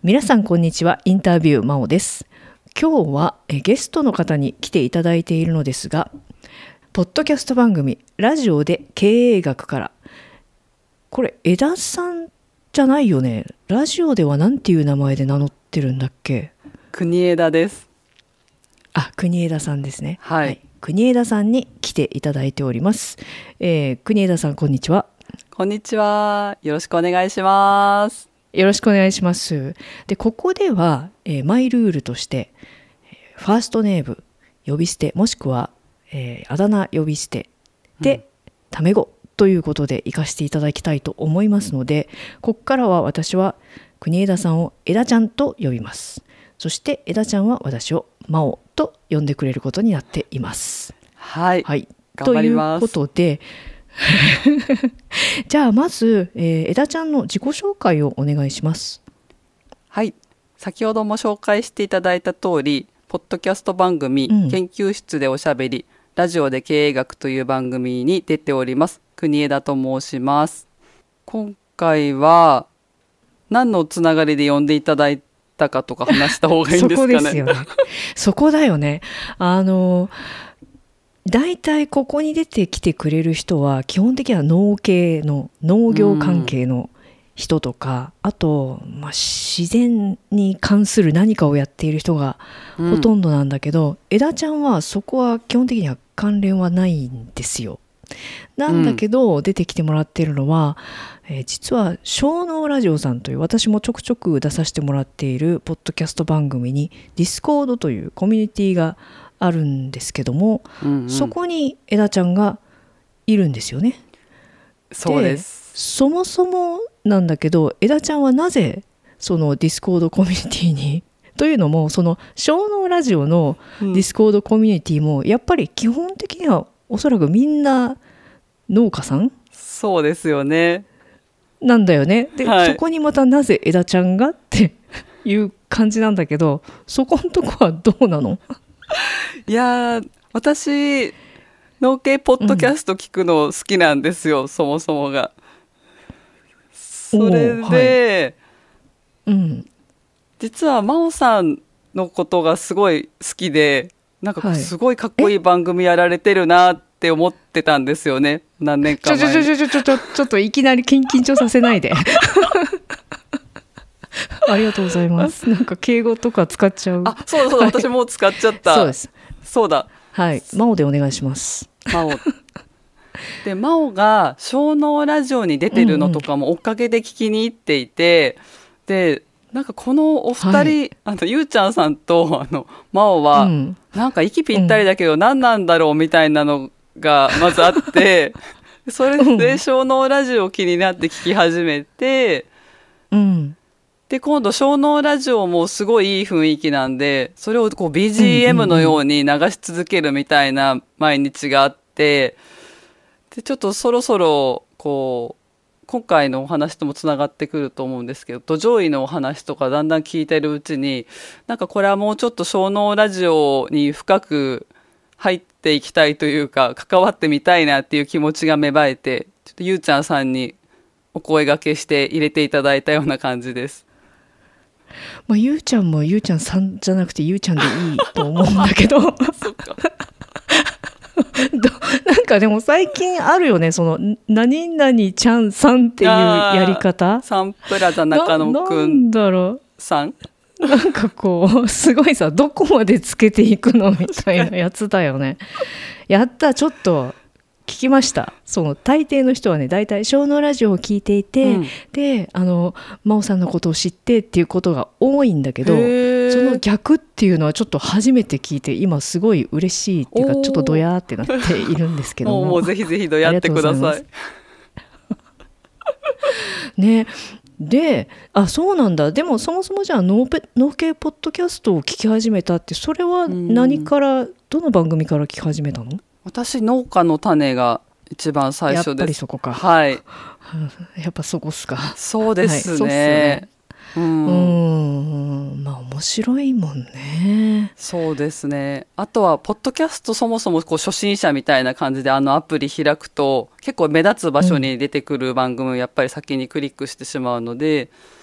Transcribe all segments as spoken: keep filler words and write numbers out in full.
皆さんこんにちは。インタビュー真央です。今日はえゲストの方に来ていただいているのですが、ポッドキャスト番組ラジオで経営学から、これ江田さんじゃないよね。ラジオではなんていう名前で名乗ってるんだっけ。 国枝です。 あ、国枝さんですね。 はい、 はい、国枝さんに来ていただいております。えー、国枝さんこんにちは。 こんにちは。よろしくお願いします。 よろしくお願いします。で、ここでは、えー、マイルールとして、ファーストネーム、呼び捨て、もしくは、えー、あだ名呼び捨てで、うん、タメ語ということで活かしていただきたいと思いますので、ここからは私は国枝さんを枝ちゃんと呼びます。そして枝ちゃんは私を真央と呼んでくれることになっています。 はい。 はい、 頑張ります。 ということで、じゃあまず、えー、枝ちゃんの自己紹介をお願いします。 はい、先ほども紹介していただいた通り、ポッドキャスト番組、うん、研究室でおしゃべりラジオで経営学という番組に出ております国枝と申します。今回は何のつながりで呼んでいただいたかとか話した方がいいんですかね。 そこですよね。そこだよね。あのだいたいここに出てきてくれる人は基本的には農系の農業関係の人とか、うん、あと、まあ、自然に関する何かをやっている人がほとんどなんだけど、うん、枝ちゃんはそこは基本的には関連はないんですよ。なんだけど、うん、出てきてもらっているのは、えー、実は小脳ラジオさんという私もちょくちょく出させてもらっているポッドキャスト番組にディスコードというコミュニティがあるんですけども、うんうん、そこに枝ちゃんがいるんですよね。 そうです。 そもそもなんだけど、枝ちゃんはなぜそのディスコードコミュニティにというのも、その小脳ラジオのディスコードコミュニティもやっぱり基本的にはおそらくみんな農家さん、 そうですよね、 なんだよね。で、はい、そこにまたなぜ枝ちゃんがっていう感じなんだけど、そこのとこはどうなの？ いや私農系ポッドキャスト聞くの好きなんですよ、うん、そもそもが。それで、はい、うん、実は真央さんのことがすごい好きで、なんかすごいかっこいい番組やられてるなって思ってたんですよね、何年か前に。 ちょちょちょちょちょちょっといきなり緊張させないでありがとうございます。なんか敬語とか使っちゃう。 あ、そうそう、はい、私も使っちゃった。 そうです。 そうだ。 はい、真央でお願いします。 真央で、真央が小脳ラジオに出てるのとかも追っかけで聞きに行っていて、うんうん、でなんかこのお二人、はい、あのゆうちゃんさんとあの真央は、うん、なんか息ぴったりだけど何なんだろうみたいなのがまずあって、うん、それで小脳ラジオ気になって聞き始めて、うん、で今度小脳ラジオもすごいいい雰囲気なんで、それをこう ビージーエム のように流し続けるみたいな毎日があって、でちょっとそろそろこう今回のお話ともつながってくると思うんですけど、土壌医のお話とかだんだん聞いてるうちに、なんかこれはもうちょっと小脳ラジオに深く入っていきたいというか関わってみたいなっていう気持ちが芽生えて、ちょっとゆうちゃんさんにお声掛けして入れていただいたような感じです。 まあ、ゆうちゃんもゆうちゃんさんじゃなくてゆうちゃんでいいと思うんだけどそっかなんかでも最近あるよね、その何々ちゃんさんっていうやり方。 サンプラザ中野くんなんだろうさん、 なんかこうすごいさ、どこまでつけていくのみたいなやつだよね。やった、ちょっと聞きました。その大抵の人はね、大体小脳ラジオを聞いていて、うん、であの真央さんのことを知ってっていうことが多いんだけど、その逆っていうのはちょっと初めて聞いて、今すごい嬉しいっていうか、ちょっとドヤーってなっているんですけどももうぜひぜひドヤってくださいね。で、あ、そうなんだ。でもそもそもじゃあ農系ポッドキャストを聞き始めたって、それは何から、どの番組から聞き始めたの？ 私農家の種が一番最初です。 やっぱりそこか。 はい。 やっぱそこっすか。 そうですね。はい、う, ねうん、 うん、まあ面白いもんね。 そうですね。あとはポッドキャストそもそもこう初心者みたいな感じであのアプリ開くと結構目立つ場所に出てくる番組をやっぱり先にクリックしてしまうので、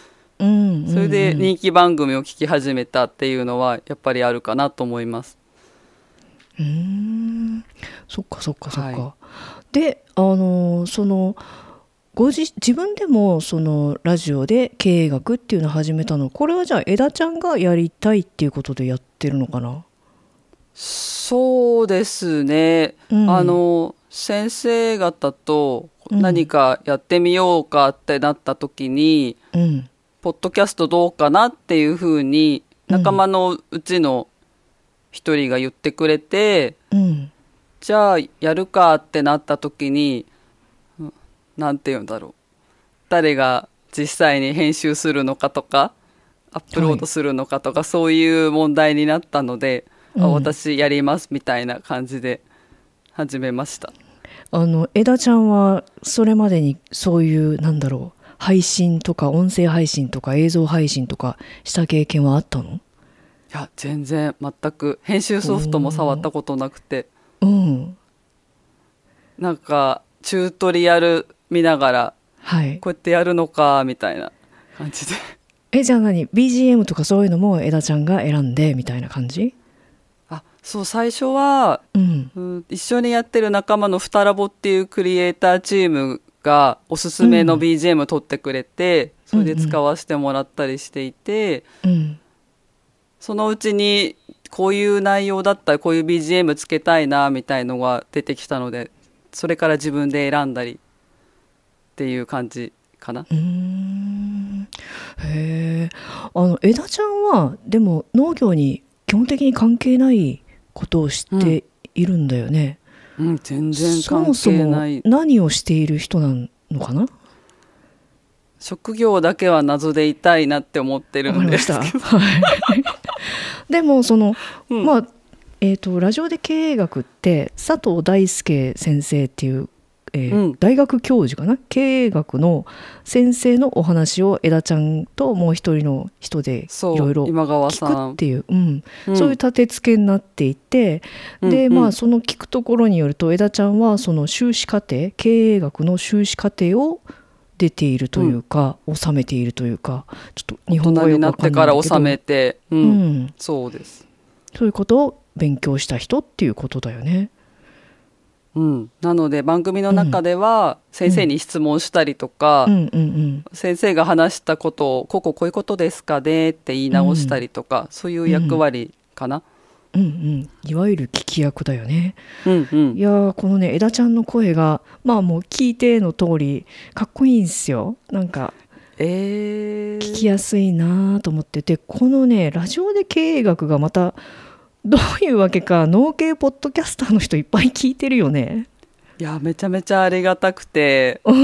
うんうんうん、 それで人気番組を聞き始めたっていうのはやっぱりあるかなと思います。 うーん、そっかそっかそっか、 はであのそのご自自分でもそのラジオで経営学っていうのを始めたの、これはじゃあ枝ちゃんがやりたいっていうことでやってるのかな？ そうですね、 うん、 あの先生方とうん何かやってみようかってなった時に、 うん、 ポッドキャストどうかなっていうふうに仲間のうちの一人が言ってくれて、 うん、 じゃあやるかってなった時に、うんなんて言うんだろう、誰が実際に編集するのかとかアップロードするのかとか、はい、そういう問題になったので、うん、あ私やりますみたいな感じで始めました。 あの枝ちゃんはそれまでにそういうなんだろう、配信とか音声配信とか映像配信とかした経験はあったの？ いや全然全く編集ソフトも触ったことなくて、 うん、 なんかチュートリアル見ながら、はい、こうやってやるのかみたいな感じでえじゃあ何 ビージーエム とかそういうのも枝ちゃんが選んでみたいな感じ？ あそう最初は、 うんうん、一緒にやってる仲間のふたラボっていうクリエイターチームがおすすめの ビージーエム 取ってくれて、うん、それで使わせてもらったりしていて、うんうん、そのうちにこういう内容だったらこういう ビージーエム つけたいなみたいのが出てきたので、それから自分で選んだりっていう感じかな。 うーんへえ。あの枝ちゃんはでも農業に基本的に関係ないことを知っているんだよね、 うんうん、全然関係ない。 そもそも何をしている人なのかな？ 職業だけは謎でいたいなって思ってるんですけど。わかりました、はい、 でもその、 うん、 まあえーと、ラジオで経営学って佐藤大輔先生っていう、えーうん、大学教授かな、経営学の先生のお話を枝ちゃんともう一人の人でいろいろ聞くっていう、うんうん、そういう立て付けになっていて、うん、で、まあその聞くところによると枝ちゃんはその修士課程、経営学の修士課程を出ているというか、うん、収めているというか、ちょっと日本語がよくわかんないんだけど、大人になってから収めて、うんうん、そうです。そういうことを勉強した人っていうことだよね。 うん、なので番組の中では先生に質問したりとか、うんうんうん、先生が話したことをこここういうことですかねって言い直したりとか、うん、そういう役割かな、 うんうん、いわゆる聞き役だよね、 うんうん、 いやこのね枝ちゃんの声がまあもう聞いての通りかっこいいんですよ。なんかえー、 聞きやすいなと思ってて、このねラジオで経営学がまたどういうわけか農系ポッドキャスターの人いっぱい聞いてるよね。 いやめちゃめちゃありがたくて、 うん、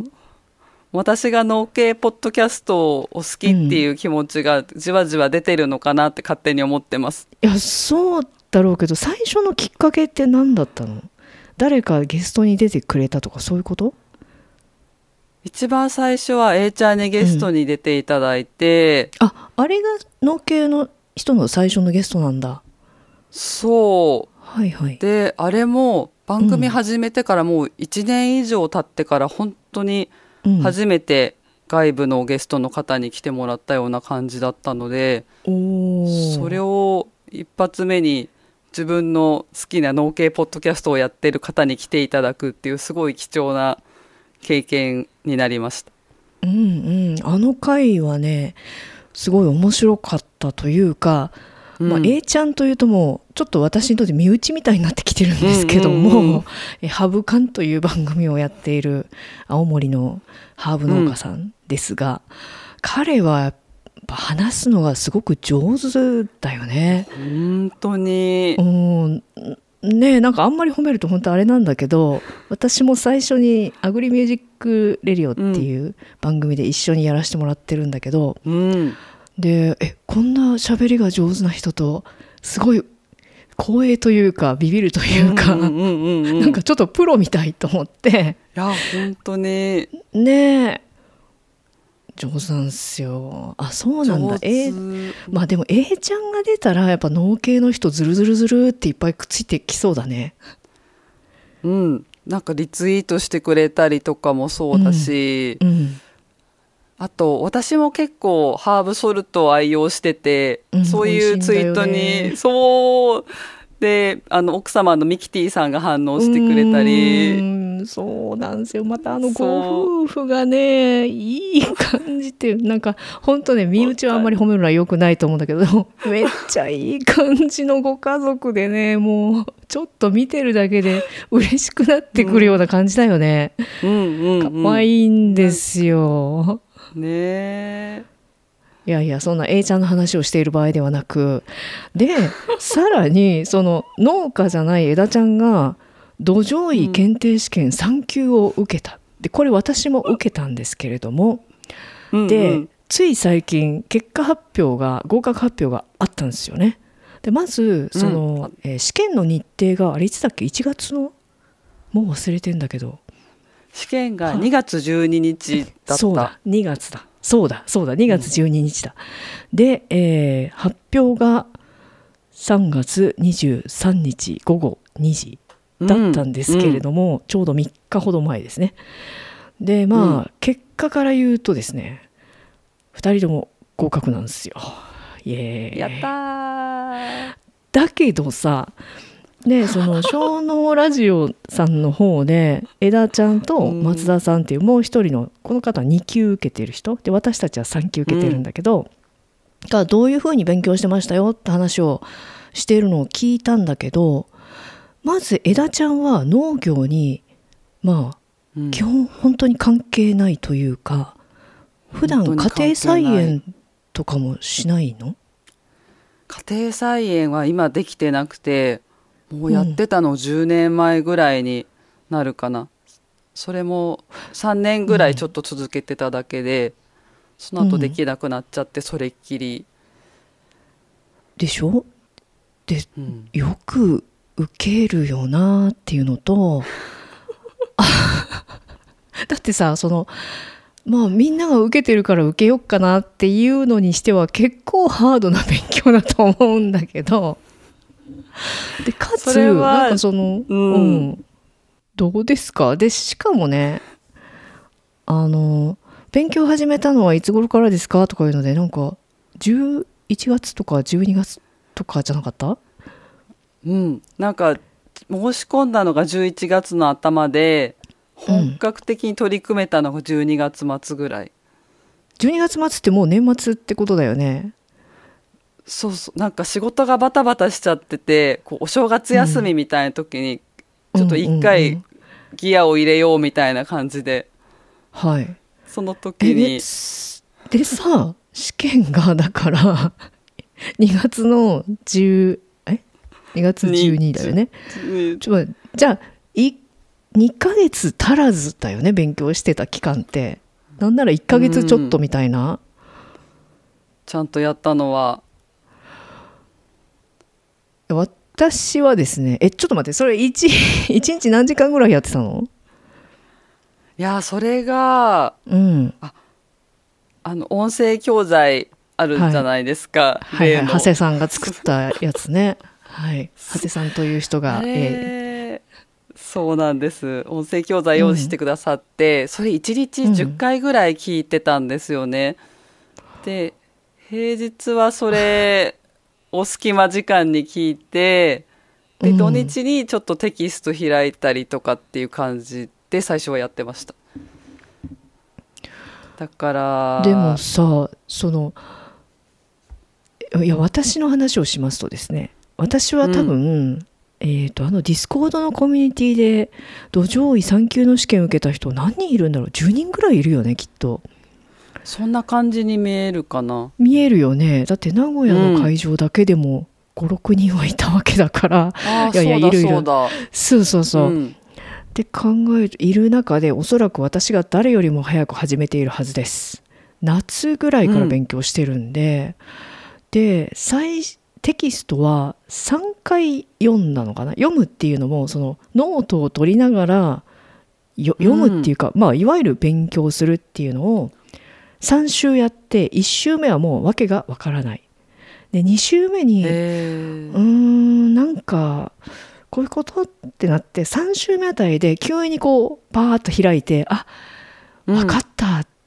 私が農系ポッドキャストを好きっていう気持ちがじわじわ出てるのかなって勝手に思ってます。 いやそうだろうけど、最初のきっかけって何だったの？誰かゲストに出てくれたとかそういうこと？ 一番最初は A ちゃんにゲストに出ていただいて、 うん、あ、あれが農系の人の最初のゲストなんだ。 そう、 はいはい、 であれも番組始めてからもういちねん以上経ってから本当に初めて外部のゲストの方に来てもらったような感じだったので、うん、それを一発目に自分の好きな農系ポッドキャストをやってる方に来ていただくっていうすごい貴重な経験になりました。 うんうん、あの回はねすごい面白かったというか、まあ、A ちゃんというともうちょっと私にとって身内みたいになってきてるんですけども、うんうんうん、えハブカンという番組をやっている青森のハーブ農家さんですが、うん、彼はやっぱ話すのがすごく上手だよね。 本当に、 うんね、なんかあんまり褒めると本当あれなんだけど、私も最初にアグリミュージックレディオっていう番組で一緒にやらせてもらってるんだけど、うん、でえこんな喋りが上手な人とすごい光栄というかビビるというか、なんかちょっとプロみたいと思って。 いや本当にねえ上手なんですよ。あそうなんだ。えまあでも A ちゃんが出たらやっぱ農系の人ズルズルズルっていっぱいくっついてきそうだね。 うん、なんかリツイートしてくれたりとかもそうだし、うんうん、 あと私も結構ハーブソルトを愛用してて、 うん、 そういうツイートにそうであの奥様のミキティさんが反応してくれたり、 うんそうなんですよ。またあのご夫婦がねいい感じっていうなんか本当ね身内はあんまり褒めるのは良くないと思うんだけどめっちゃいい感じのご家族でね、もうちょっと見てるだけで嬉しくなってくるような感じだよね。 うんうんうん、 可愛いんですよ。 ねえ。 いやいやそんな A ちゃんの話をしている場合ではなく、でさらにその農家じゃない枝ちゃんが土壌医検定試験さん級を受けた。でこれ私も受けたんですけれども、 うんうん、 でつい最近結果発表が合格発表があったんですよね。でまずその、うんえー、試験の日程があれいつだっけ、いちがつのもう忘れてんだけど、 試験がにがつじゅうににちだった。 そうだにがつだそうだそうだにがつじゅうににちだ、うん、で、えー、発表がさんがつにじゅうさんにちごごにじだったんですけれども、うんうん、ちょうどみっかほど前ですね。でまあ、うん、結果から言うとですねふたりとも合格なんですよ。イエーイやったー。 だけどさでその小脳ラジオさんの方で枝ちゃんと松田さんっていうもう一人のこの方はにきゅう受けてる人で、私たちはさんきゅう受けてるんだけど、うん、がどういうふうに勉強してましたよって話をしているのを聞いたんだけど、まず枝ちゃんは農業にまあ、うん、基本本当に関係ないというか、普段家庭菜園とかもしないの？ 家庭菜園は今できてなくて、もうやってたのじゅうねんまえぐらいになるかな、うん、それもさんねんぐらいちょっと続けてただけで、うん、その後できなくなっちゃってそれっきりでしょ。で、うん、よく受けるよなっていうのとだってさそのまあみんなが受けてるから受けよっかなっていうのにしては結構ハードな勉強だと思うんだけど、でかつなんかその、うんうん、どうですか。でしかもねあの勉強始めたのはいつ頃からですかとかいうのでなんかじゅういちがつとかじゅうにがつとかじゃなかった？ うんなんか申し込んだのがじゅういちがつの頭で本格的に取り組めたのがじゅうにがつまつぐらい、うん、 じゅうにがつまつってもう年末ってことだよね。 そうそうなんか仕事がバタバタしちゃっててこうお正月休みみたいな時にちょっと一回ギアを入れようみたいな感じで、 うんうんうん、はいその時にでさ試験がだからにがつのじゅうえにがつじゅうにだよね。ちょっとじゃあいにかげつ足らずだよね勉強してた期間って。なんならいっかげつちょっとみたいな、うん、 ちゃんとやったのは私はですねえちょっと待ってそれ 1, いちにち何時間ぐらいやってたの？ いやそれが、 うん、 ああの音声教材あるじゃないですか、 はいはいはい、長谷さんが作ったやつねはい長谷さんという人が、 えー、そうなんです。音声教材用意してくださって、うん、それいちにちじゅっかいぐらい聞いてたんですよね、うん、で平日はそれお隙間時間に聞いてで、うん、土日にちょっとテキスト開いたりとかっていう感じで最初はやってました。だからでもさそのいや私の話をしますとですね私は多分、うんえー、とあのディスコードのコミュニティで土壌医さん級の試験受けた人何人いるんだろう。じゅうにんぐらいいるよねきっと。 そんな感じに見えるかな。 見えるよね。だって名古屋の会場だけでもごろくにんはいたわけだから、うん、いやいやいるいるそうだそうそうそう、うん、って考えるいる中でおそらく私が誰よりも早く始めているはずです。夏ぐらいから勉強してるんで、うん、で最テキストはさんかい読んだのかな。読むっていうのもそのノートを取りながらよ読むっていうか、うんまあ、いわゆる勉強するっていうのをさん週やっていち週目はもう訳がわからない。でに週目にうーんなんかこういうことってなってさん週目あたりで急にこうパーッと開いてあ分かったっ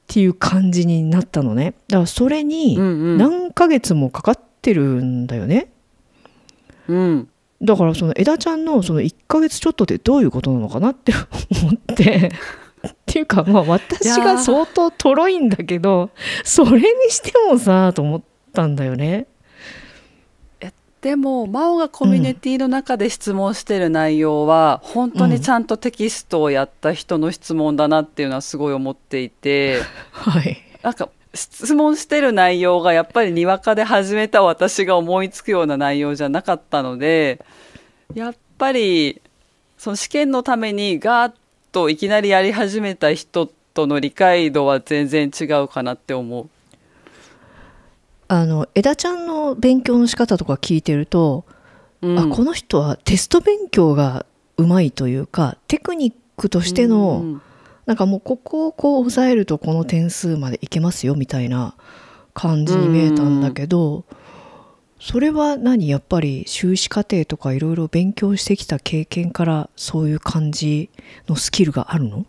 っていう感じになったのね。だからそれに何ヶ月もかかってるんだよね、 うん、 だからその枝ちゃんのそのいっかげつちょっとってどういうことなのかなって思ってっていうかまあ私が相当とろいんだけどそれにしてもさと思ったんだよね。 でも真央がコミュニティの中で質問してる内容は、うん、本当にちゃんとテキストをやった人の質問だなっていうのはすごい思っていて、 はい、 なんか質問してる内容がやっぱりにわかで始めた私が思いつくような内容じゃなかったので、やっぱりその試験のためにガーッといきなりやり始めた人との理解度は全然違うかなって思う。 あの枝ちゃんの勉強の仕方とか聞いてると、うん、あこの人はテスト勉強がうまいというかテクニックとしての、うん、なんかもうここをこう抑えるとこの点数までいけますよみたいな感じに見えたんだけど、うん、それは何やっぱり修士課程とかいろいろ勉強してきた経験からそういう感じのスキルがあるの？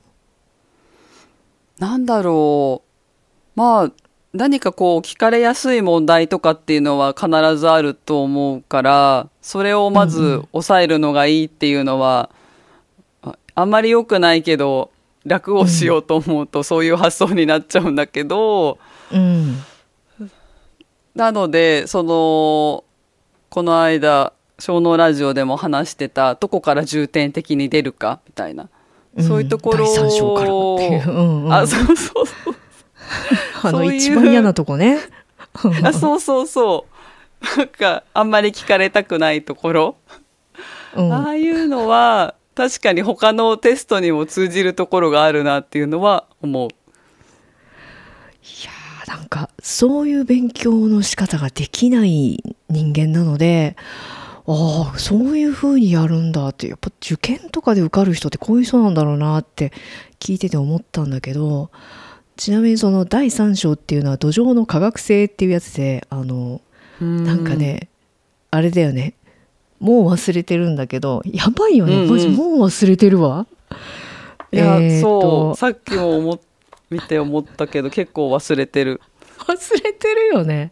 なんだろう、まあ何かこう聞かれやすい問題とかっていうのは必ずあると思うから、それをまず抑えるのがいいっていうのは、うんうん、あんまり良くないけど楽をしようと思うとそういう発想になっちゃうんだけど、 うん、 なのでそのこの間小脳ラジオでも話してたどこから重点的に出るかみたいな、うん、そういうところを、 だいさん章からっていう、うんうん、 あそうそうそうあの一番嫌なとこねあそうそうそうなんかあんまり聞かれたくないところ、うん、ああいうのは確かに他のテストにも通じるところがあるなっていうのは思う。いやーなんかそういう勉強の仕方ができない人間なので、ああそういう風にやるんだって、やっぱ受験とかで受かる人ってこういう人なんだろうなって聞いてて思ったんだけど、ちなみにそのだいさん章っていうのは土壌の科学性っていうやつで、あのなんかねあれだよね、もう忘れてるんだけどやばいよね、うんうん、マジもう忘れてるわ。 いや、えー、そうさっきも思見て思ったけど結構忘れてる忘れてるよね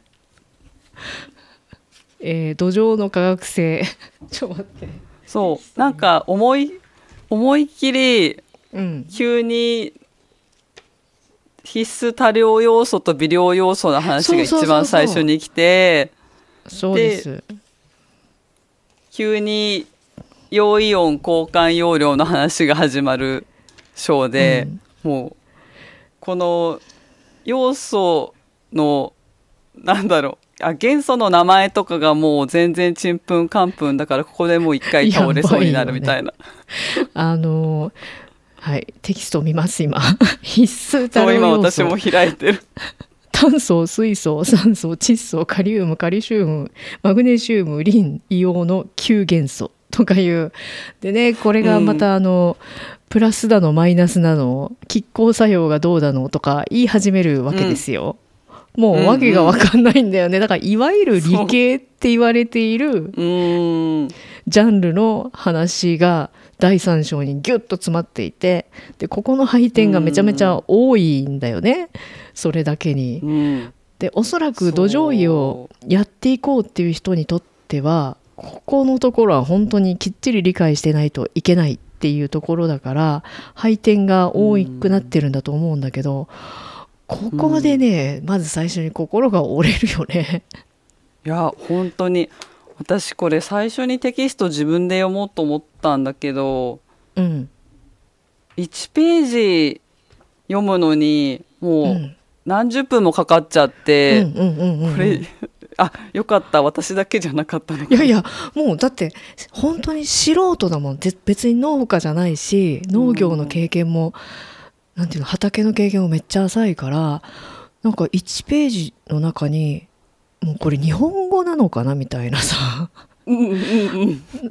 えー、土壌の科学性ちょっと待って、 そうなんか思い思いっきり急に必須多量要素と微量要素の話が一番最初に来て、 そうです。 急に陽イオン交換容量の話が始まる章で、うん、もうこの要素のなんだろう、あ元素の名前とかがもう全然ちんぷんかんぷんだから、ここでもう一回倒れそうになるみたいな、 ね、あのはい、テキストを見ます今必須多量要素、 今私も開いてる炭素、水素、酸素、窒素、カリウム、カルシウム、マグネシウム、リン、硫黄のきゅう元素とかいうでね、これがまたあの、うん、プラスだのマイナスなの拮抗作用がどうだのとか言い始めるわけですよ、うん、もう訳が分かんないんだよね、うんうん、だからいわゆる理系って言われているジャンルの話がだいさん章にギュッと詰まっていて、でここの配点がめちゃめちゃ多いんだよね、それだけに、うん、でおそらく土壌医をやっていこうっていう人にとってはここのところは本当にきっちり理解してないといけないっていうところだから配点が多くなってるんだと思うんだけど、ここでね、うん、まず最初に心が折れるよねいや本当に私これ最初にテキスト自分で読もうと思ったんだけど、うん、いちページ読むのにもう何十分もかかっちゃって、これあよかった私だけじゃなかったのか。 いやいやもうだって本当に素人だもん、別に農家じゃないし農業の経験も、うん、なんていうの畑の経験もめっちゃ浅いから、なんかいちページの中にもうこれ日本語なのかなみたいなさうんうん、うん、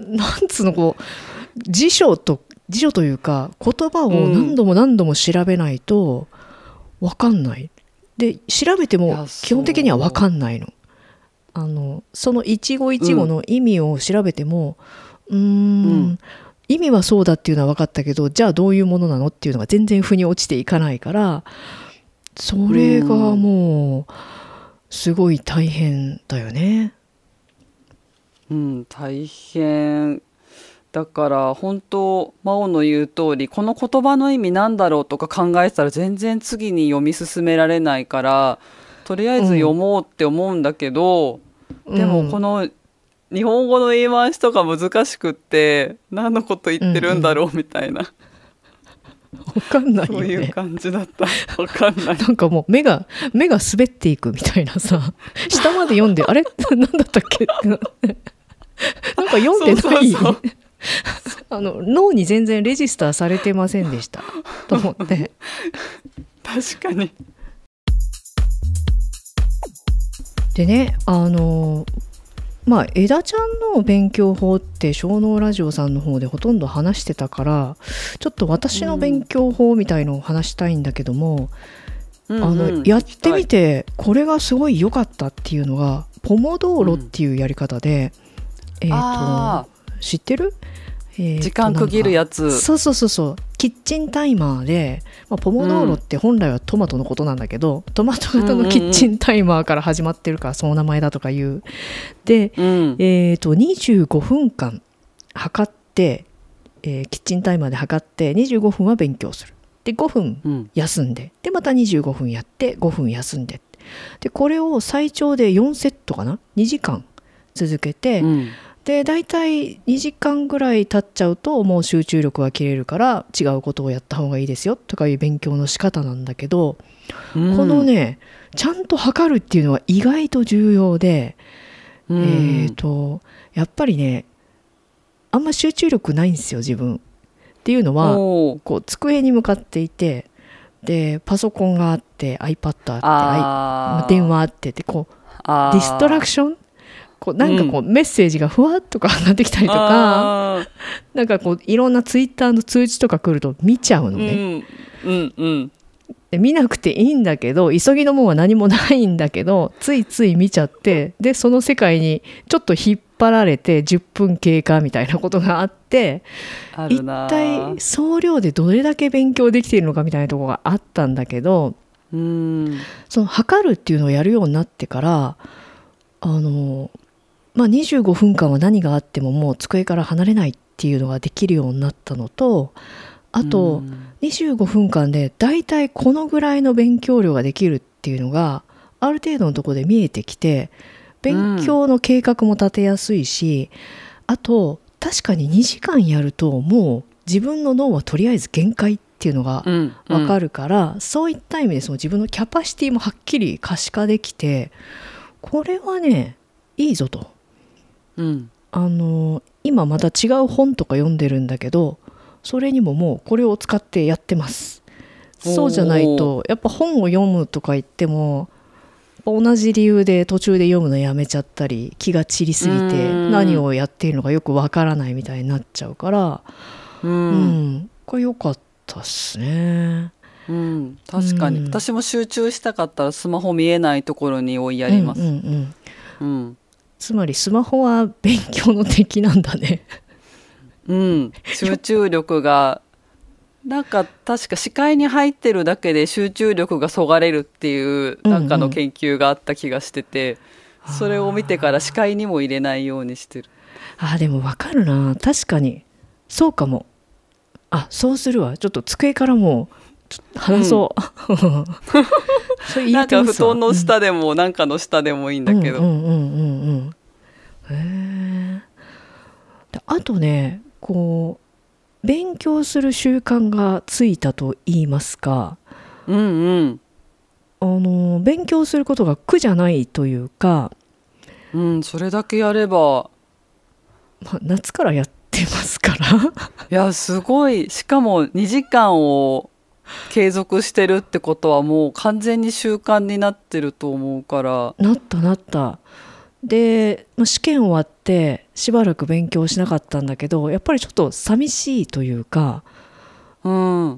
なんつうのこう辞書と辞書というか言葉を何度も何度も調べないと分かんない、で調べても基本的には分かんないの、あのその一語一語の意味を調べても、うん、うーん、うん、意味はそうだっていうのは分かったけど、じゃあどういうものなのっていうのが全然腑に落ちていかないから、 それがもうすごい大変だよね。 うん、大変だから本当真央の言う通り、この言葉の意味なんだろうとか考えてたら全然次に読み進められないから、とりあえず読もうって思うんだけど、うん、でもこの日本語の言い回しとか難しくって何のこと言ってるんだろうみたいな、 うんうん、分かんないよね。 そういう感じだった。分かんない。 なんかもう目が目が滑っていくみたいなさ、下まで読んであれ何だったっけってなんか読んでない。そうそうそうあの脳に全然レジスターされてませんでしたと思って確かに。 でね、あのまあ枝ちゃんの勉強法って小脳ラジオさんの方でほとんど話してたから、ちょっと私の勉強法みたいのを話したいんだけども、うん、あの、うんうん、やってみてこれがすごい良かったっていうのがポモドーロっていうやり方で、うん、えーと知ってる？えー、 時間区切るやつ。 そうそうそうそう、キッチンタイマーで、まあ、ポモドーロって本来はトマトのことなんだけど、うん、トマト型のキッチンタイマーから始まってるからその名前だとかいうで、うん、えーとにじゅうごふんかん測って、えー、キッチンタイマーで測ってにじゅうごふんは勉強する。でごふん休んで、うん、でまたにじゅうごふんやってごふん休んで、でこれを最長でよんセットかな、にじかん続けて、うん、でだいたいにじかんぐらい経っちゃうともう集中力が切れるから違うことをやった方がいいですよとかいう勉強の仕方なんだけど、うん、このねちゃんと測るっていうのは意外と重要で、うん、えーとやっぱりねあんま集中力ないんですよ自分っていうのは、こう机に向かっていて、でパソコンがあって iPad あって、電話あってでこうディストラクション、こうなんかこうメッセージがふわっとか上がってきたりとか、うん、なんかこういろんなツイッターの通知とか来ると見ちゃうのね、 うんうんうん、 で見なくていいんだけど、急ぎのもんは何もないんだけどついつい見ちゃって、でその世界にちょっと引っ張られてじゅっぷん経過みたいなことがあって、 あるな、 一体総量でどれだけ勉強できているのかみたいなところがあったんだけど、 うん、 その測るっていうのをやるようになってからあのまあ、にじゅうごふんかんは何があってももう机から離れないっていうのができるようになったのと、あとにじゅうごふんかんでだいたいこのぐらいの勉強量ができるっていうのがある程度のところで見えてきて、勉強の計画も立てやすいし、あと確かににじかんやるともう自分の脳はとりあえず限界っていうのが分かるから、うんうん、そういった意味でその自分のキャパシティもはっきり可視化できて、これはねいいぞと。 うん、 あの今また違う本とか読んでるんだけど、それにももうこれを使ってやってます。そうじゃないとやっぱ本を読むとか言っても同じ理由で途中で読むのやめちゃったり、気が散りすぎて何をやっているのかよくわからないみたいになっちゃうから、 うん、 うん、これ良かったっすね。 うん、確かに、うん、私も集中したかったらスマホ見えないところに追いやります、 うんうんうんうん、 つまりスマホは勉強の敵なんだねうん、集中力がなんか確か視界に入ってるだけで集中力がそがれるっていうなんかの研究があった気がしてて、うんうん、それを見てから視界にも入れないようにしてる。 あーでも分かるな、確かにそうかも。あ、そうするわ、ちょっと机からもちょっと話そう、うん、それ言えてますわ。 なんか布団の下でも、うん、なんかの下でもいいんだけど、 うんうんうんうんうん、へー。あとねこう勉強する習慣がついたと言いますか、 うんうん、 あの勉強することが苦じゃないというか、 うん、それだけやれば、 まあ、夏からやってますからいやすごい、しかもにじかんを継続してるってことはもう完全に習慣になってると思うから。 なったなった。で試験終わってしばらく勉強しなかったんだけど、やっぱりちょっと寂しいというか、 うん、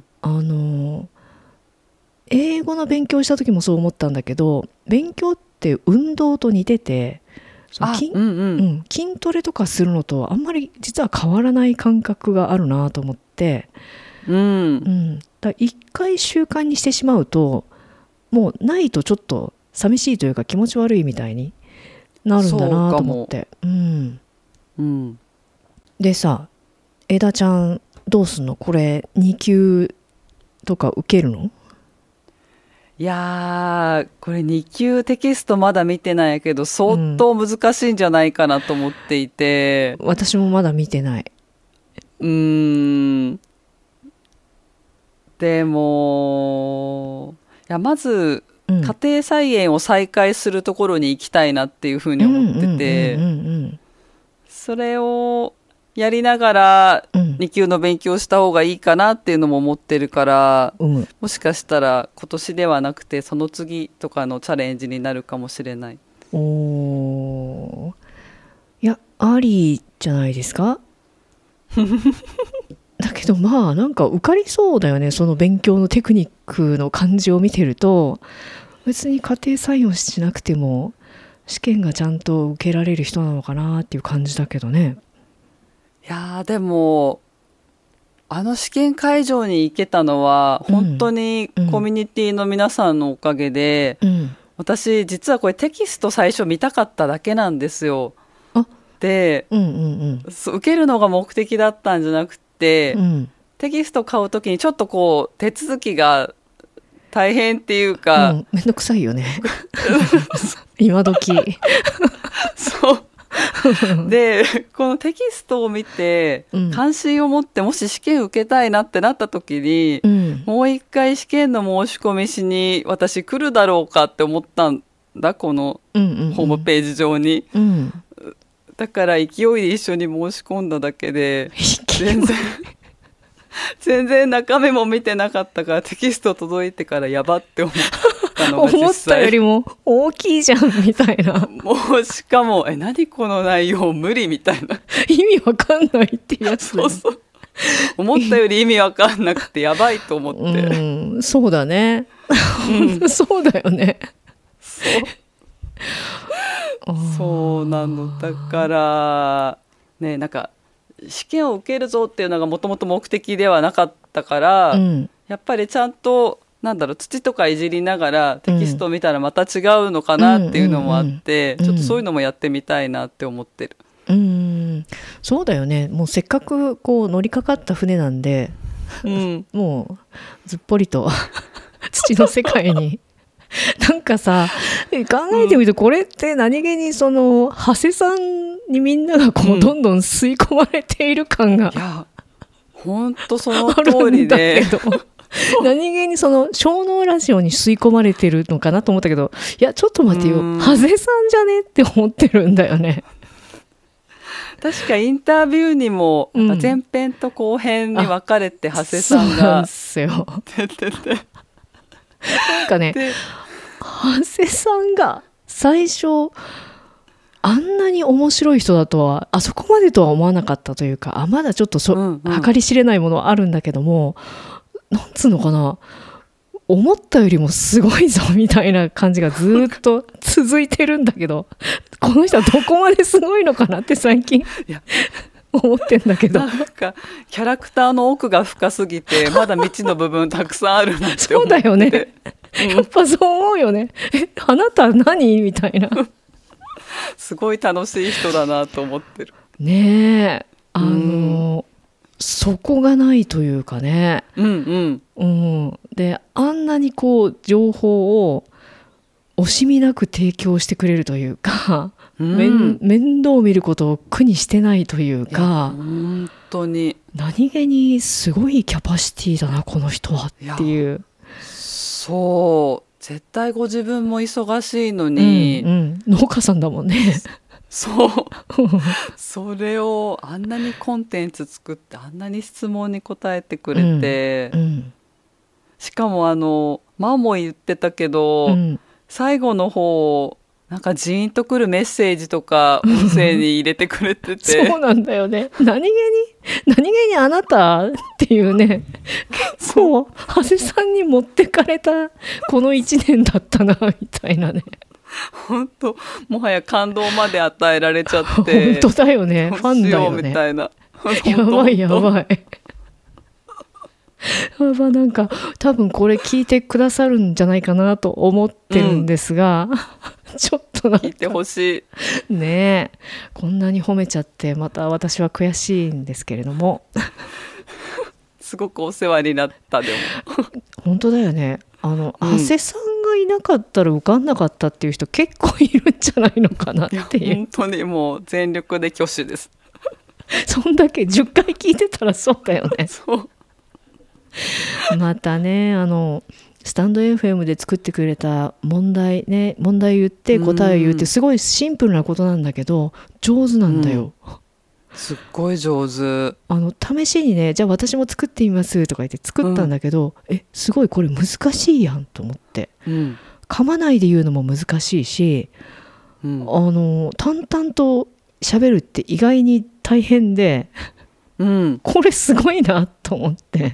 あの英語の勉強した時もそう思ったんだけど、勉強って運動と似てて、その筋、うんうんうん、筋トレとかするのとあんまり実は変わらない感覚があるなと思って、 うんうん、 だ一回習慣にしてしまうともうないとちょっと寂しいというか気持ち悪いみたいになるんだなと思って。うん、 うん、 でさ、枝ちゃんどうすんの？これに級とか受けるの？ いやー、これに級テキストまだ見てないけど相当難しいんじゃないかなと思っていて、 うん、私もまだ見てない。 うーん、でもいやまず家庭菜園を再開するところに行きたいなっていうふうに思ってて、それをやりながらに級の勉強した方がいいかなっていうのも思ってるから、うん、もしかしたら今年ではなくてその次とかのチャレンジになるかもしれない。 おー、いやありじゃないですかだけどまあなんか受かりそうだよね。その勉強のテクニックの感じを見てると、別に家庭採用しなくても試験がちゃんと受けられる人なのかなっていう感じだけどね。 いやーでもあの試験会場に行けたのは本当にコミュニティの皆さんのおかげで、うんうん、私実はこれテキスト最初見たかっただけなんですよ。で、うんうんうん、そう受けるのが目的だったんじゃなくて、うん、テキスト買うときにちょっとこう手続きが大変っていうか、うん、 めんどくさいよね今時そうでこのテキストを見て、うん、関心を持ってもし試験受けたいなってなった時に、うん、もう一回試験の申し込みしに私来るだろうかって思ったんだ、このホームページ上に、うんうんうん、だから勢いで一緒に申し込んだだけで全然全然中身も見てなかったから、テキスト届いてからやばって思ったのが実際思ったよりも大きいじゃんみたいなもうしかもえ何この内容無理みたいな意味わかんないってやつ、 そうそう思ったより意味わかんなくてやばいと思って、 うん、そうだね、うん、そうだよねそうそうなの。だからね、なんか試験を受けるぞっていうのがもともと目的ではなかったから、うん、やっぱりちゃんとなんだろう土とかいじりながらテキストを見たらまた違うのかなっていうのもあって、うんうんうん、ちょっとそういうのもやってみたいなって思ってる。 うん、そうだよね。もうせっかくこう乗りかかった船なんで、うん、もうずっぽりと土の世界になんかさ考えてみるとこれって何気にその長谷さんにみんながこうどんどん吸い込まれている感が、うん、いや本当その通りで何気にその小脳ラジオに吸い込まれてるのかなと思ったけど、いやちょっと待ってよ、長谷さんじゃねって思ってるんだよね。 確かインタビューにも前編と後編に分かれて長谷さんが出てて、 なんかね長谷さんが最初あんなに面白い人だとはあそこまでとは思わなかったというか、あまだちょっとそ、うんうん、計り知れないものはあるんだけども、なんつうのかな、思ったよりもすごいぞみたいな感じがずっと続いてるんだけどこの人はどこまですごいのかなって最近いや思ってんだけど、 なんかキャラクターの奥が深すぎてまだ未知の部分たくさんあるなって思ってそうだよね、うん、やっぱそう思うよね。えあなた何みたいなすごい楽しい人だなと思ってるねえ。あの、うんそこがないというかね、うんうんうん、であんなにこう情報を惜しみなく提供してくれるというか、うん、面倒を見ることを苦にしてないというか、 本当に何気にすごいキャパシティだなこの人はっていう。 そう絶対ご自分も忙しいのに、 うんうん、農家さんだもんねそうそれをあんなにコンテンツ作ってあんなに質問に答えてくれて、うんうん、しかもあのマオも言ってたけど、うん、最後の方なんかジーンとくるメッセージとか音声に入れてくれててそうなんだよね。何気に何気にあなたっていうね結構長谷さんに持ってかれたこのいちねんだったなみたいなね本当もはや感動まで与えられちゃって本当だよね。ファンだよねみたいなやばいやばいまあなんか多分これ聞いてくださるんじゃないかなと思ってるんですが、うん、ちょっとなんか聞いてほしいねえ、こんなに褒めちゃってまた私は悔しいんですけれどもすごくお世話になったでも本当だよね。あの、 うん、 長谷さんがいなかったら受かんなかったっていう人結構いるんじゃないのかなっていう。 本当にもう全力で挙手ですそんだけじゅっかい聞いてたらそうだよねそうまたね、あのスタンド エフエム で作ってくれた問題ね、問題言って答えを言うってすごいシンプルなことなんだけど上手なんだよ、 うん、すっごい上手。 あの試しにね、じゃあ私も作ってみますとか言って作ったんだけど、うん、えすごいこれ難しいやんと思って、うん、噛まないで言うのも難しいし、うん、あの淡々と喋るって意外に大変で、うん、これすごいなと思って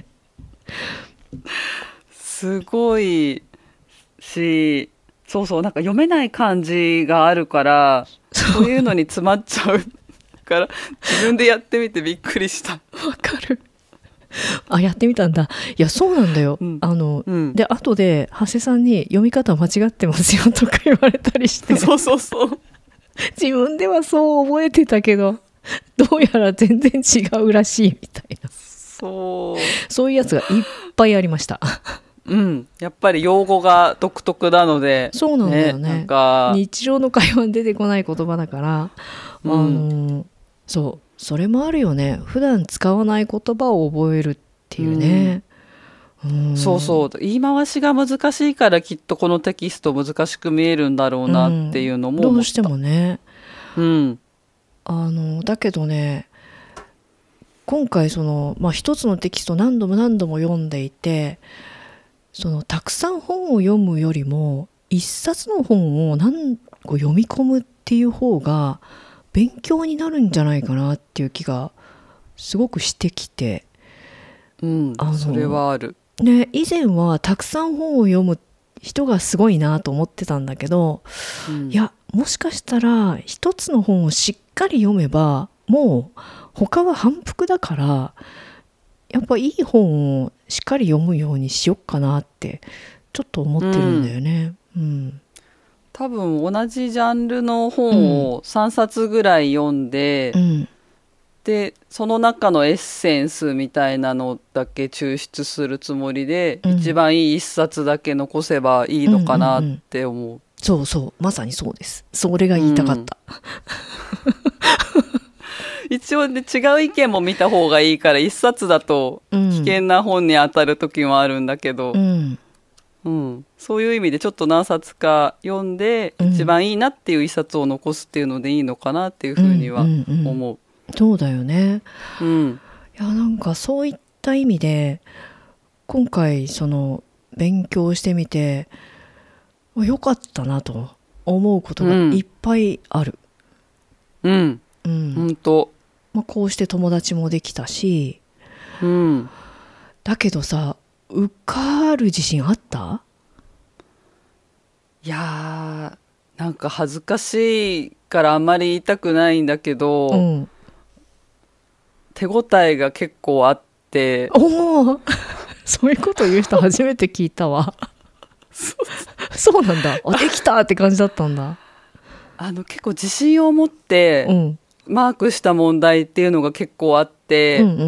すごいし、そうそう、なんか読めない漢字があるからそういうのに詰まっちゃうから自分でやってみてびっくりした。 わかる。あ、やってみたんだ。いやそうなんだよ、うん、あの、うん、で後で長谷さんに読み方間違ってますよとか言われたりしてそうそうそう自分ではそう覚えてたけどどうやら全然違うらしいみたいな、 そうそういうやつがいっぱいありましたうん、やっぱり用語が独特なので。 そうなんだよ ね, ねなんか日常の会話に出てこない言葉だから、うん、あのそうそれもあるよね。普段使わない言葉を覚えるっていうね、 うんうん、そうそう、言い回しが難しいからきっとこのテキスト難しく見えるんだろうなっていうのも思った、 うん、どうしてもね、 うん、 あのだけどね今回その、まあ、一つのテキスト何度も何度も読んでいて、そのたくさん本を読むよりも一冊の本を何個読み込むっていう方が勉強になるんじゃないかなっていう気がすごくしてきて、 うん、あのそれはある、 ね、以前はたくさん本を読む人がすごいなと思ってたんだけど、うん、いやもしかしたら一つの本をしっかり読めばもう他は反復だからやっぱいい本をしっかり読むようにしよっかなってちょっと思ってるんだよね、うんうん、 多分同じジャンルの本をさんさつぐらい読んで、うん、でその中のエッセンスみたいなのだけ抽出するつもりで、うん、一番いい一冊だけ残せばいいのかなって思う、うんうんうん、 そうそうまさにそうです。それが言いたかった、 うん、一応ね違う意見も見た方がいいから一冊だと危険な本に当たる時もあるんだけど、うんうん、そういう意味でちょっと何冊か読んで、うん、一番いいなっていう一冊を残すっていうのでいいのかなっていうふうには思う、うんうんうん、 そうだよね、 うん、 いやなんかそういった意味で今回その勉強してみて良かったなと思うことがいっぱいある。 うん、うん、本当、 まあ、こうして友達もできたし、 うん、 だけどさ受かる自信あった？ いやーなんか恥ずかしいからあんまり言いたくないんだけど、うん、手応えが結構あって。 おおそういうこと言う人初めて聞いたわそうそうなんだ、あできたって感じだったんだ。 あの結構自信を持ってマークした問題っていうのが結構あって、うんうんうん、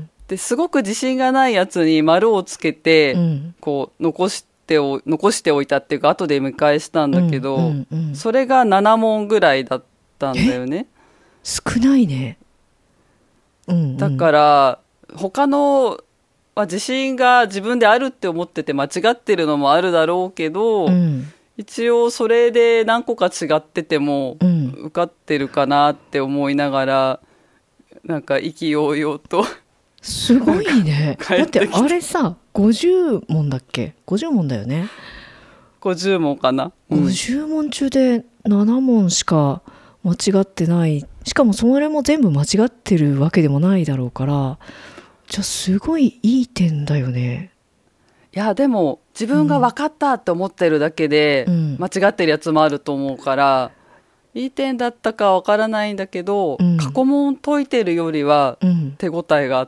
ですごく自信がないやつに丸をつけて、うん、こう残してお残しておいたっていうか後で見返したんだけど、うんうんうん、それがなな問ぐらいだったんだよね。 少ないね、うんうん、 だから他のは自信が自分であるって思ってて間違ってるのもあるだろうけど、うん、一応それで何個か違ってても受かってるかなって思いながら、なんか意気揚々とすごいねだってあれさごじゅう問だっけ？ごじゅう問だよね。 ごじゅう問かな、 うん、ごじゅう問中でなな問しか間違ってない。しかもそれも全部間違ってるわけでもないだろうから、じゃあすごいいい点だよね。 いやでも自分が分かったって思ってるだけで、うん、間違ってるやつもあると思うからいい点だったか分からないんだけど、うん、過去問解いてるよりは手応えがあった、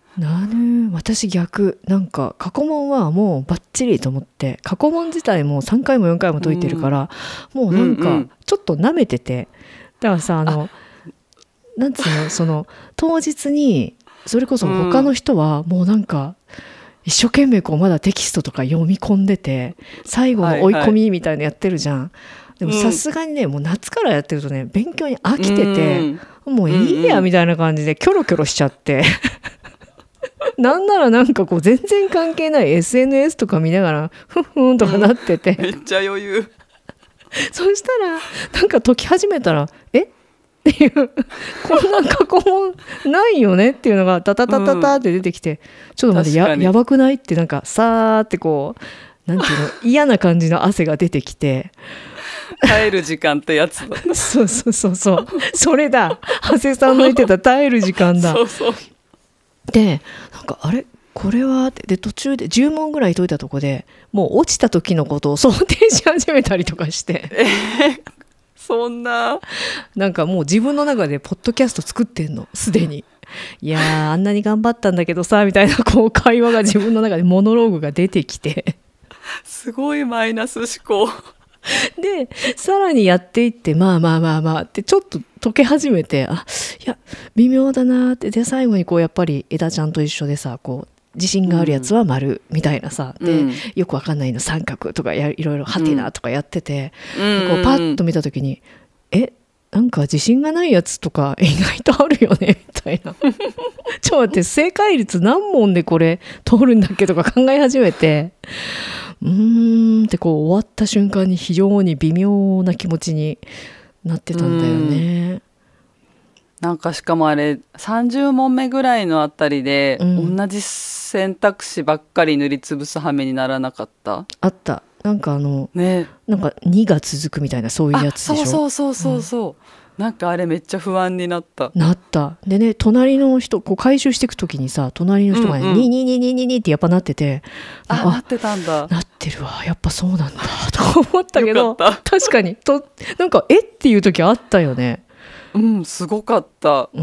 なる私逆なんか過去問はもうバッチリと思って過去問自体もさんかいもよんかいも解いてるから、うん、もうなんうんうかんちょっと舐めててだからさあのなんつうのその当日にそれこそ他の人はもうなんか一生懸命こうまだテキストとか読み込んでて最後の追い込みみたいなやってるじゃん、はいはい、でもさすがにねもう夏からやってるとね勉強に飽きてて、うん、もういいやみたいな感じでキョロキョロしちゃってなんならなんかこう全然関係ない エスエヌエス とか見ながらふんふんとかなってて、 うん、めっちゃ余裕そしたらなんか解き始めたらえっていうこんな過去問ないよねっていうのがタタタタタって出てきて、うん、ちょっと待って や, やばくないってなんかさーってこうなんていうの嫌な感じの汗が出てきて耐える時間ってやつだそうそうそうそうそれだ長谷さんの言ってた耐える時間だそうそうでなんかあれこれはで途中でじゅう問ぐらい解いたとこでもう落ちた時のことを想定し始めたりとかしてえー、そんななんかもう自分の中でポッドキャスト作ってんのすでにいやーあんなに頑張ったんだけどさみたいなこう会話が自分の中でモノローグが出てきてすごいマイナス思考でさらにやっていってまあまあまあまあってちょっと解け始めてあいや微妙だなってで最後にこうやっぱり枝ちゃんと一緒でさこう自信があるやつは丸みたいなさ、うん、で、うん、よくわかんないの三角とかやいろいろハテナとかやってて、うん、こうパッと見た時にえなんか自信がないやつとか意外とあるよねみたいなちょっと待って正解率何問でこれ通るんだっけとか考え始めてうーんってこう終わった瞬間に非常に微妙な気持ちになってたんだよね。 なんかしかもあれさんじゅう問目ぐらいのあたりで、うん、同じ選択肢ばっかり塗りつぶす羽目にならなかった？ あったなんかあの、 ね、 なんかにが続くみたいなそういうやつでしょ。 そうそうそうそうそう、うん、なんかあれめっちゃ不安になったなったでね隣の人こう回収していくときにさ隣の人がね、うんうん、ににににににってやっぱなっててあなってたんだなってるわやっぱそうなんだと思ったけど確かにとなんかえっていう時あったよね。 うんすごかった、 うん、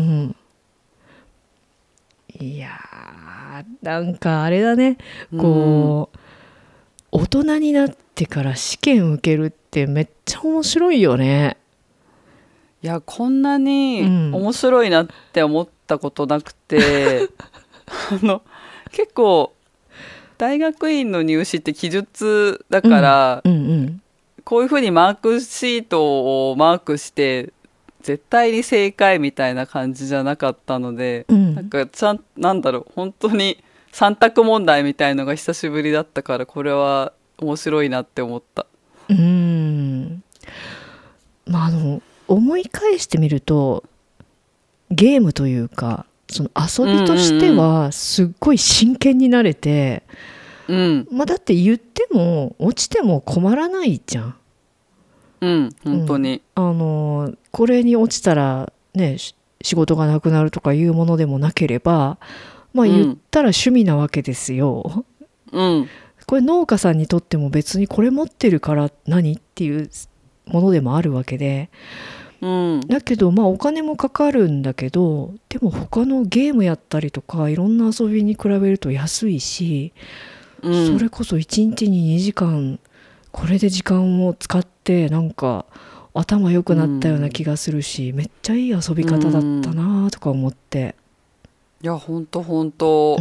いやーなんかあれだねこう、うん、大人になってから試験受けるってめっちゃ面白いよね。 いやこんなに面白いなって思ったことなくて、うん、あの結構大学院の入試って記述だから、 うんうんうん、 こういうふうにマークシートをマークして絶対に正解みたいな感じじゃなかったので、うん、なんかちゃんなんだろう本当にさん択問題みたいのが久しぶりだったからこれは面白いなって思った。 うーんまああの思い返してみるとゲームというかその遊びとしてはすっごい真剣になれて、 うんうんまあ、だって言っても落ちても困らないじゃん。 うん本当に、 うん、あのこれに落ちたらね仕事がなくなるとかいうものでもなければまあ言ったら趣味なわけですよ、 うん、 これ農家さんにとっても別にこれ持ってるから何っていうものでもあるわけで、 うん、 だけどまあお金もかかるんだけどでも他のゲームやったりとかいろんな遊びに比べると安いし、うん、それこそいちにちににじかんこれで時間を使ってなんか頭良くなったような気がするし、うん、めっちゃいい遊び方だったなとか思って、 うん、いやほんとほんと、うん、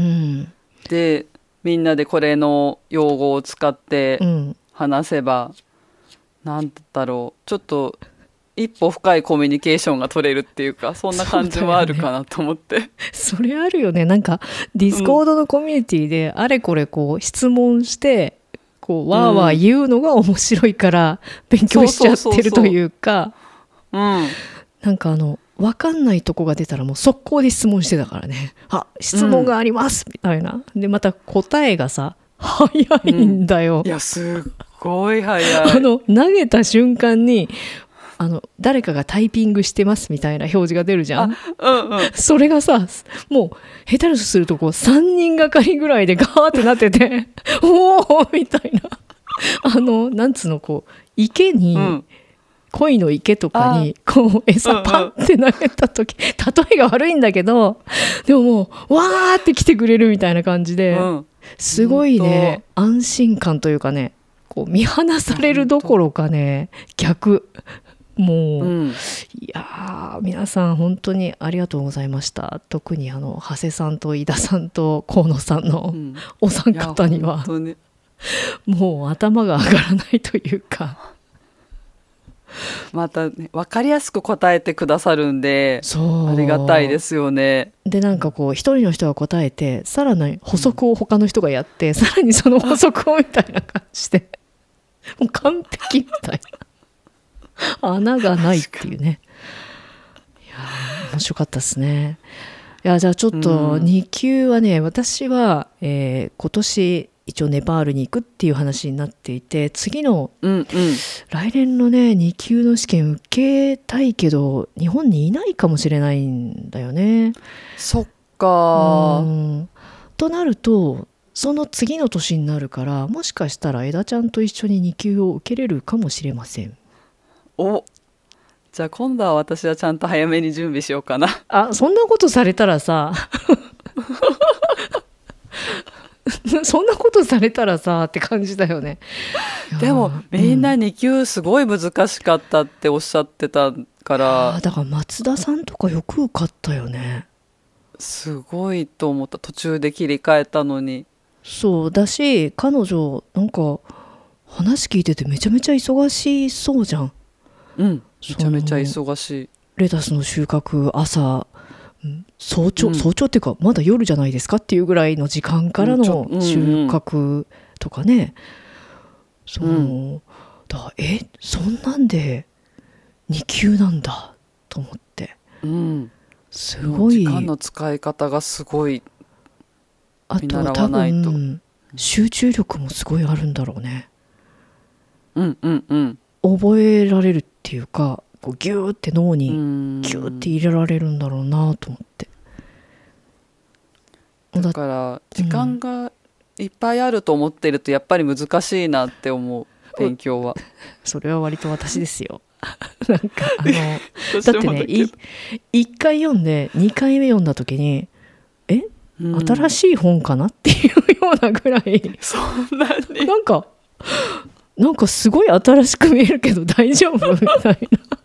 でみんなでこれの用語を使って話せば、うん、なんだろうちょっと一歩深いコミュニケーションが取れるっていうかそんな感じもあるかなと思ってそ, ね、それあるよね。なんかディスコードのコミュニティであれこれこう質問してこうわーわー言うのが面白いから勉強しちゃってるというか、なんかあの分かんないとこが出たらもう速攻で質問してたからね。あ質問があります、うん、みたいなでまた答えがさ早いんだよ、 うん、いやすっごい早いあの投げた瞬間にあの誰かがタイピングしてますみたいな表示が出るじゃん、 うんうん、 それがさもう下手にするとこうさんにんがかりぐらいでガーってなってておおみたいなあのなんつうのこう池に、うん、 鯉の池とかにこう餌パンって投げた時、うんうん、例えが悪いんだけどでももうわーって来てくれるみたいな感じで、うん、すごいね安心感というかね、こう見放されるどころかね逆もう、うん、いや皆さん本当にありがとうございました。特にあの長谷さんと井田さんと河野さんのお三方には、うん、もう頭が上がらないというかまたね分かりやすく答えてくださるんでありがたいですよね。 でなんかこう一人の人が答えてさらに補足を他の人がやって、うん、さらにその補足をみたいな感じでもう完璧みたいな穴がないっていうね。いや面白かったですね。いやじゃあちょっとに級はね、うん、私は、えー、今年一応ネパールに行くっていう話になっていて、次の、うんうん、来年のねに級の試験受けたいけど日本にいないかもしれないんだよね。 そっか、うん、 となるとその次の年になるから、もしかしたら枝ちゃんと一緒にに級を受けれるかもしれません。 お、じゃあ今度は私はちゃんと早めに準備しようかな。 あ、そんなことされたらさそんなことされたらさって感じだよね。 でもみんなに級すごい難しかったっておっしゃってたから、 あだから松田さんとかよく受かったよね。 すごいと思った。途中で切り替えたのに。 そうだし、彼女なんか話聞いててめちゃめちゃ忙しそうじゃん。 うん、めちゃめちゃ忙しい。 レタスの収穫朝早朝、うん、早朝っていうかまだ夜じゃないですかっていうぐらいの時間からの収穫とかね、うんうん、そうだ、えそんなんでに級なんだと思って、うん、すごい時間の使い方がすごい。 あと多分集中力もすごいあるんだろうね。 うんうんうん、 覚えられるっていうかこうギューって脳にギューって入れられるんだろうなと思って。 だから時間がいっぱいあると思ってるとやっぱり難しいなって思う、勉強は。それは割と私ですよなんかあのだってねいいっかい読んでにかいめ読んだ時にえ、うん、新しい本かなっていうようなぐらいそんなになんかなんかすごい新しく見えるけど大丈夫みたいな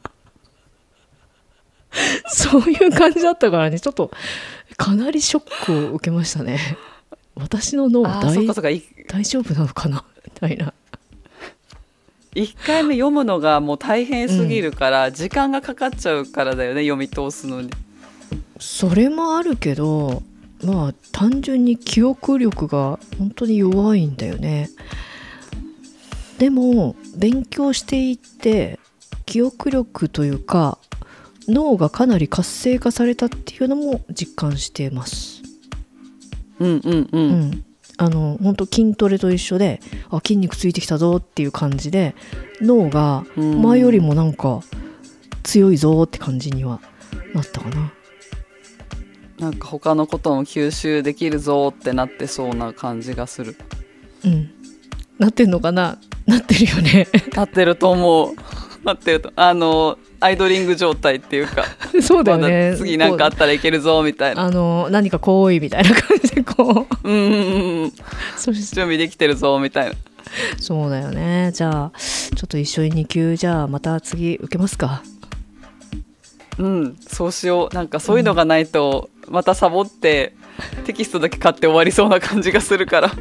そういう感じだったからね、ちょっとかなりショックを受けましたね。私の脳 大, 大丈夫なのかなみたいな。 いっかいめ読むのがもう大変すぎるから、うん、時間がかかっちゃうからだよね、読み通すのに。 それもあるけどまあ単純に記憶力が本当に弱いんだよね。でも勉強していって記憶力というか脳がかなり活性化されたっていうのも実感してます。 うんうんうん、うん、 あの本当筋トレと一緒で、あ筋肉ついてきたぞっていう感じで脳が前よりもなんか強いぞって感じにはなったかな。 なんか他のことも吸収できるぞってなってそうな感じがする。 うん、なってんのかな。なってるよねなってると思う。なってるとあのアイドリング状態っていうかそうだよね、 ま、次なんかあったらいけるぞみたいな、 あの何か行為みたいな感じでこううんうんうん準備できてるぞみたいな。 そうだよね。じゃあちょっと一緒にに級じゃあまた次受けますか。 うんそうしよう。なんかそういうのがないとまたサボってテキストだけ買って終わりそうな感じがするから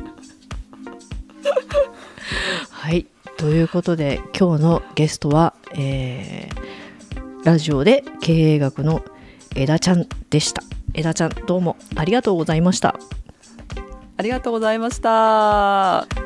はいということで今日のゲストは、えー、ラジオで経営学の枝ちゃんでした。枝ちゃんどうもありがとうございました。 ありがとうございました。